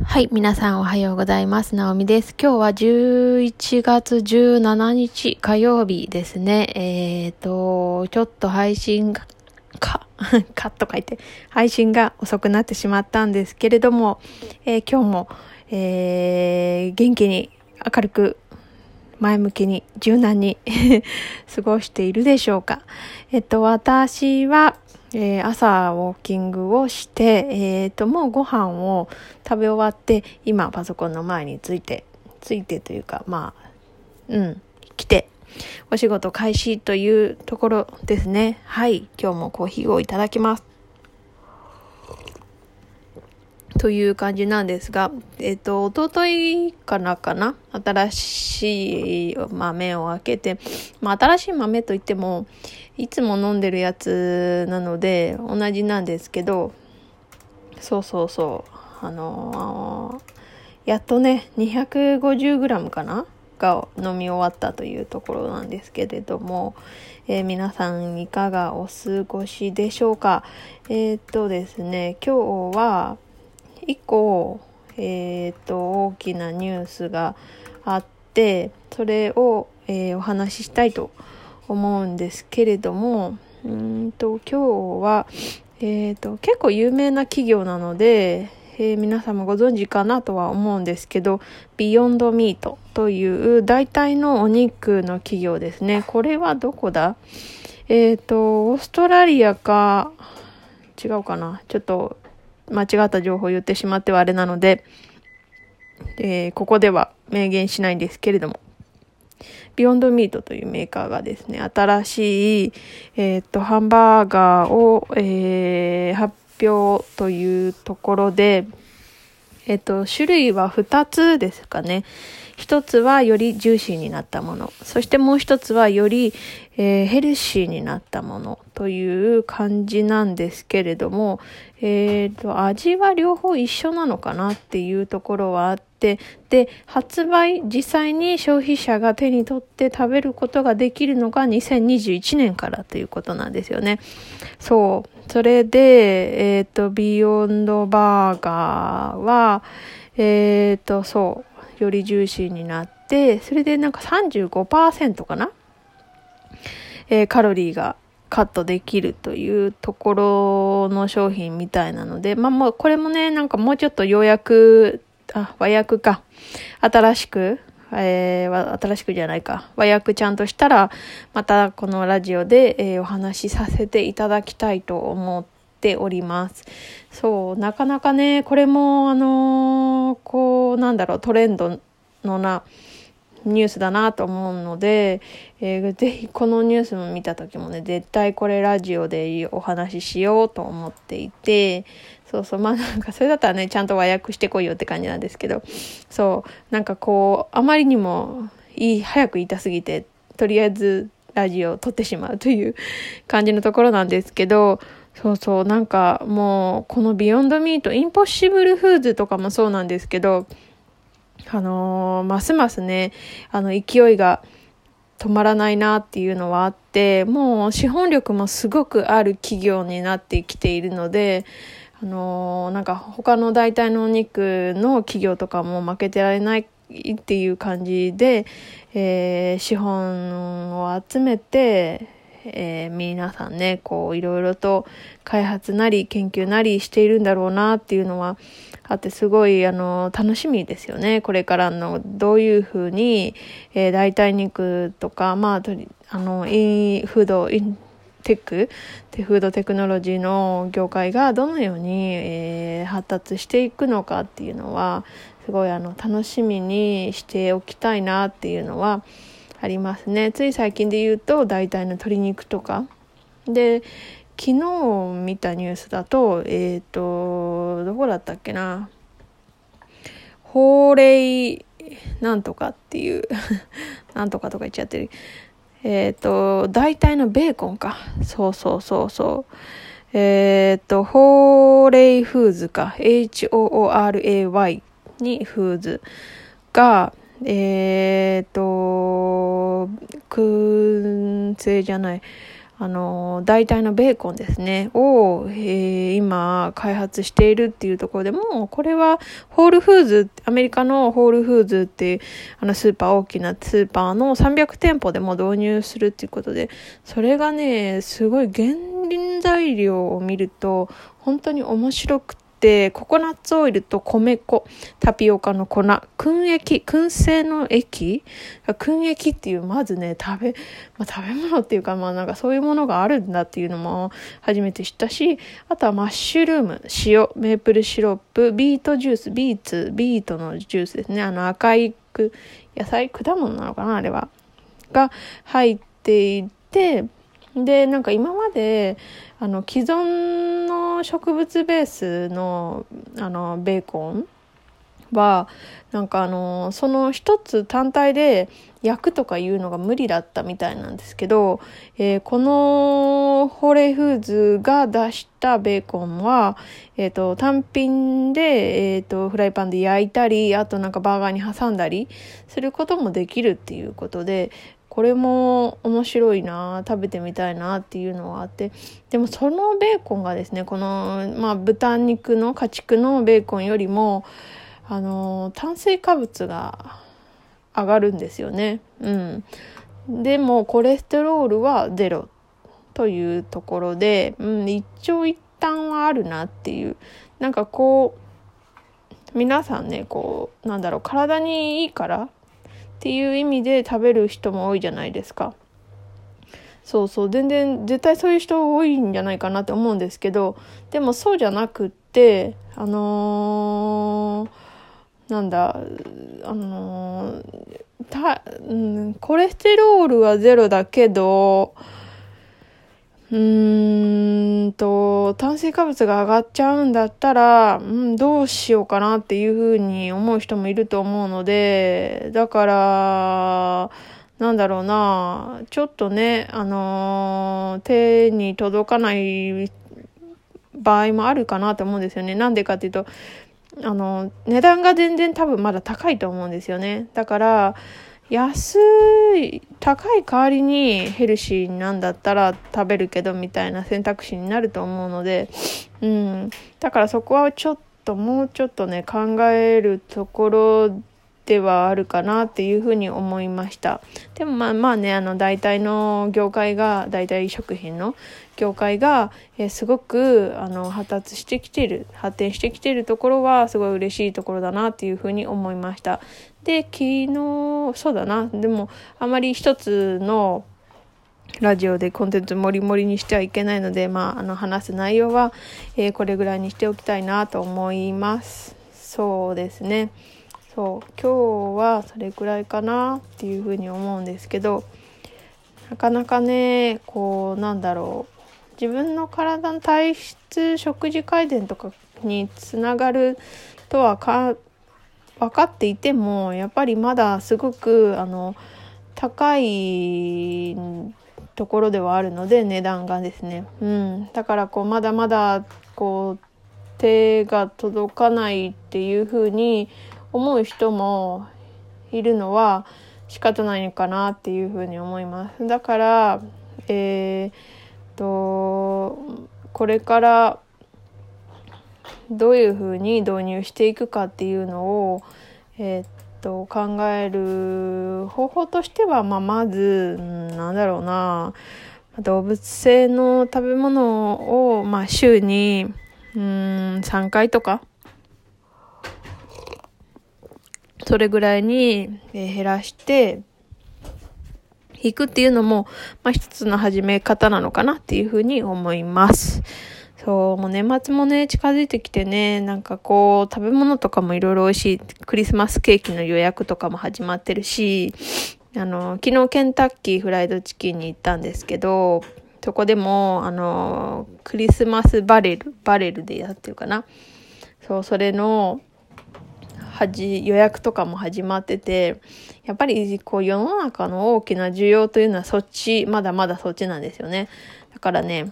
はい、皆さんおはようございます。なおみです。今日は11月17日火曜日ですね。ちょっと配信が、カッと書いて、配信が遅くなってしまったんですけれども、今日も、元気に明るく前向きに柔軟に過ごしているでしょうか。私は、朝ウォーキングをして、もうご飯を食べ終わって、今パソコンの前についてというか、来て、お仕事開始というところですね。はい、今日もコーヒーをいただきます。という感じなんですが、一昨日からかな、新しい豆を開けて、新しい豆といっても、いつも飲んでるやつなので、同じなんですけど、やっとね、250g かなが飲み終わったというところなんですけれども、皆さんいかがお過ごしでしょうか。ですね、今日は、一個、大きなニュースがあって、それを、お話ししたいと思うんですけれども、今日は、結構有名な企業なので、皆さんもご存知かなとは思うんですけど、ビヨンドミートという代替のお肉の企業ですね。これはどこだ？オーストラリアか、違うかな？ちょっと、間違った情報を言ってしまってはあれなので、ここでは明言しないんですけれども、ビヨンドミートというメーカーがですね、新しい、ハンバーガーを、発表というところで、種類は2つですかね。一つはよりジューシーになったもの。そしてもう一つはより、ヘルシーになったものという感じなんですけれども、味は両方一緒なのかなっていうところはあって、で、実際に消費者が手に取って食べることができるのが2021年からということなんですよね。そう。それで、ビヨンドバーガーは、よりジューシーになって、それでなんか 35% かな、カロリーがカットできるというところの商品みたいなので、もうこれもね、なんかもうちょっと和訳か。新しくじゃないか。和訳ちゃんとしたら、またこのラジオで、お話しさせていただきたいと思っております。そう、なかなかね、これも、トレンドのニュースだなと思うので、ぜひこのニュースも見た時もね、絶対これラジオでお話ししようと思っていて、なんかそれだったらね、ちゃんと和訳してこいよって感じなんですけど、なんかあまりにも早く言いたすぎて、とりあえずラジオを撮ってしまうという感じのところなんですけど、なんかもうこのビヨンドミート、インポッシブルフーズとかもそうなんですけど、ますますね、勢いが止まらないなっていうのはあって、もう資本力もすごくある企業になってきているので、なんか他の代替のお肉の企業とかも負けてられないっていう感じで、資本を集めて、皆さんね、いろいろと開発なり研究なりしているんだろうなっていうのはあって、すごい楽しみですよね。これからのどういうふうに、代替肉とか、フードテクノロジーの業界がどのように、発達していくのかっていうのはすごい楽しみにしておきたいなっていうのはありますね。つい最近で言うと代替の鶏肉とかで、昨日見たニュースだとどこだったっけな、ホーレイなんとかっていうなんとかとか言っちゃってる、代替のベーコンか。ホーレイフーズか。HOORAY にフーズが、燻製じゃない。 代替のベーコンですね、を、今開発しているっていうところでも、これはホールフーズ、アメリカのホールフーズっていうスーパー、大きなスーパーの300店舗でも導入するっていうことで、それがね、すごい原材料を見ると本当に面白くて、ココナッツオイルと米粉、タピオカの粉、燻製の液、燻液っていうまずね食べ物っていうか、なんかそういうものがあるんだっていうのも初めて知ったし、あとはマッシュルーム、塩、メープルシロップ、ビートジュース、ビートのジュースですね、赤い野菜、果物なのかな、あれはが入っていて、でなんか今まで既存の植物ベースのベーコンはなんかその一つ単体で焼くとかいうのが無理だったみたいなんですけど、このホーレイフーズが出したベーコンは、単品で、フライパンで焼いたり、あとなんかバーガーに挟んだりすることもできるっていうことで、これも面白いな、食べてみたいなっていうのがあって、でもそのベーコンがですね、この、豚肉の家畜のベーコンよりも炭水化物が上がるんですよね。でもコレステロールはゼロというところで、一長一短はあるなっていう、なんかこう皆さんね、体にいいからっていう意味で食べる人も多いじゃないですか。絶対そういう人多いんじゃないかなと思うんですけど、でもそうじゃなくってコレステロールはゼロだけど炭水化物が上がっちゃうんだったら、どうしようかなっていうふうに思う人もいると思うので、だからちょっとね、手に届かない場合もあるかなと思うんですよね。なんでかっていうと値段が全然多分まだ高いと思うんですよね。だから高い代わりにヘルシーなんだったら食べるけどみたいな選択肢になると思うので、だからそこはもうちょっとね考えるところではあるかなっていうふうに思いました。でも代替食品の業界が、すごく発展してきているところはすごい嬉しいところだなっていうふうに思いました。で昨日でもあまり一つのラジオでコンテンツもりもりにしてはいけないので、話す内容は、これぐらいにしておきたいなと思います。そうですね。今日はそれくらいかなっていうふうに思うんですけど、なかなかね自分の体の体質、食事改善とかにつながるとは分かっていても、やっぱりまだすごく高いところではあるので、値段がですね、だからまだまだ手が届かないっていうふうに思う人もいるのは仕方ないのかなっていうふうに思います。だからこれからどういうふうに導入していくかっていうのを考える方法としては、まず動物性の食べ物を週に3回とかそれぐらいに減らしていくっていうのも、一つの始め方なのかなっていうふうに思います。もう年末もね近づいてきてね、食べ物とかもいろいろ美味しい、クリスマスケーキの予約とかも始まってるし、昨日ケンタッキーフライドチキンに行ったんですけど、そこでもクリスマスバレルでやってるかな、それの予約とかも始まってて、やっぱり世の中の大きな需要というのはまだまだそっちなんですよね。だからね、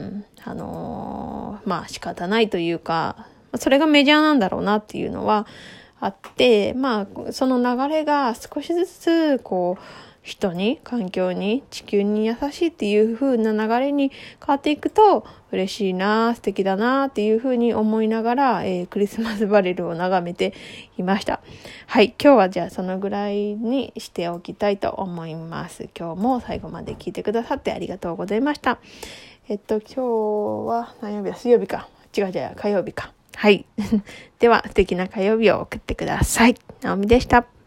仕方ないというか、それがメジャーなんだろうなっていうのはあって、その流れが少しずつ人に、環境に、地球に優しいっていう風な流れに変わっていくと嬉しいな、素敵だなっていう風に思いながら、クリスマスバレルを眺めていました。はい、今日はじゃあそのぐらいにしておきたいと思います。今日も最後まで聞いてくださってありがとうございました。今日は何曜日だ？水曜日か。違う、火曜日か。はい。では素敵な火曜日を送ってください。なおみでした。